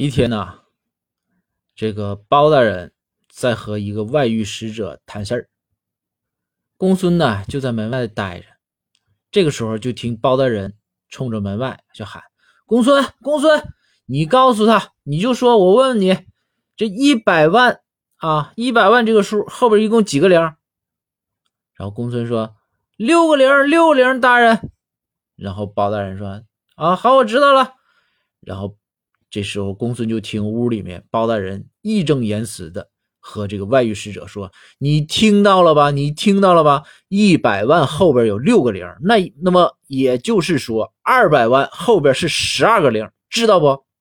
一天呢，这个包大人在和一个外遇使者谈事儿，公孙呢就在门外待着。这个时候就听包大人冲着门外就喊：公孙，公孙，你告诉他，你就说我问问你，这100万啊，100万这个数后边一共几个零？然后公孙说6个零，6个零，大人。然后包大人说啊，好，我知道了。然后这时候公孙就听屋里面包大人义正言辞的和这个外遇使者说：你听到了吧，你听到了吧，100万后边有6个零，那么也就是说200万后边是12个零，知道不？